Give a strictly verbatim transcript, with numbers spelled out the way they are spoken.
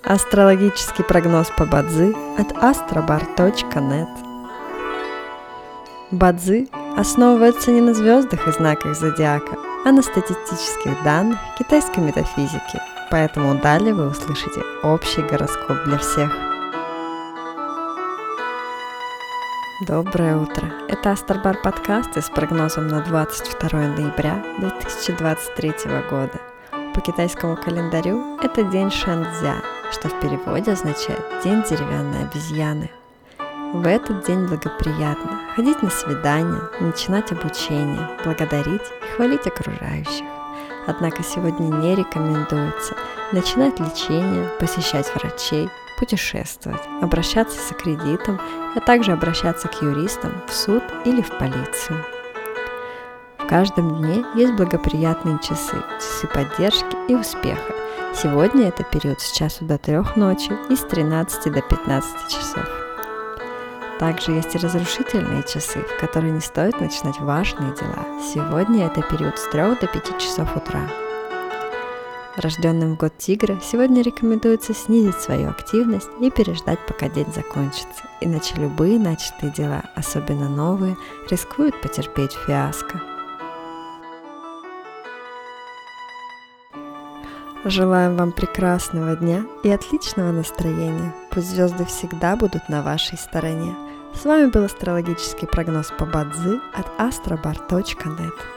Астрологический прогноз по Бадзи от astrobar точка нет. Бадзи основывается не на звездах и знаках зодиака, а на статистических данных китайской метафизики, поэтому далее вы услышите общий гороскоп для всех. Доброе утро! Это Astrobar подкасты с прогнозом на двадцать второе ноября две тысячи двадцать третьего года. По китайскому календарю это день Шэнцзя, что в переводе означает «день деревянной обезьяны». В этот день благоприятно ходить на свидания, начинать обучение, благодарить и хвалить окружающих. Однако сегодня не рекомендуется начинать лечение, посещать врачей, путешествовать, обращаться за кредитом, а также обращаться к юристам, в суд или в полицию. В каждом дне есть благоприятные часы, часы поддержки и успеха. Сегодня это период с часу до трех ночи и с тринадцати до пятнадцати часов. Также есть и разрушительные часы, в которые не стоит начинать важные дела. Сегодня это период с трех до пяти часов утра. Рожденным в год тигра сегодня рекомендуется снизить свою активность и переждать, пока день закончится, иначе любые начатые дела, особенно новые, рискуют потерпеть фиаско. Желаем вам прекрасного дня и отличного настроения. Пусть звезды всегда будут на вашей стороне. С вами был астрологический прогноз по Бадзи от astrobar точка нет.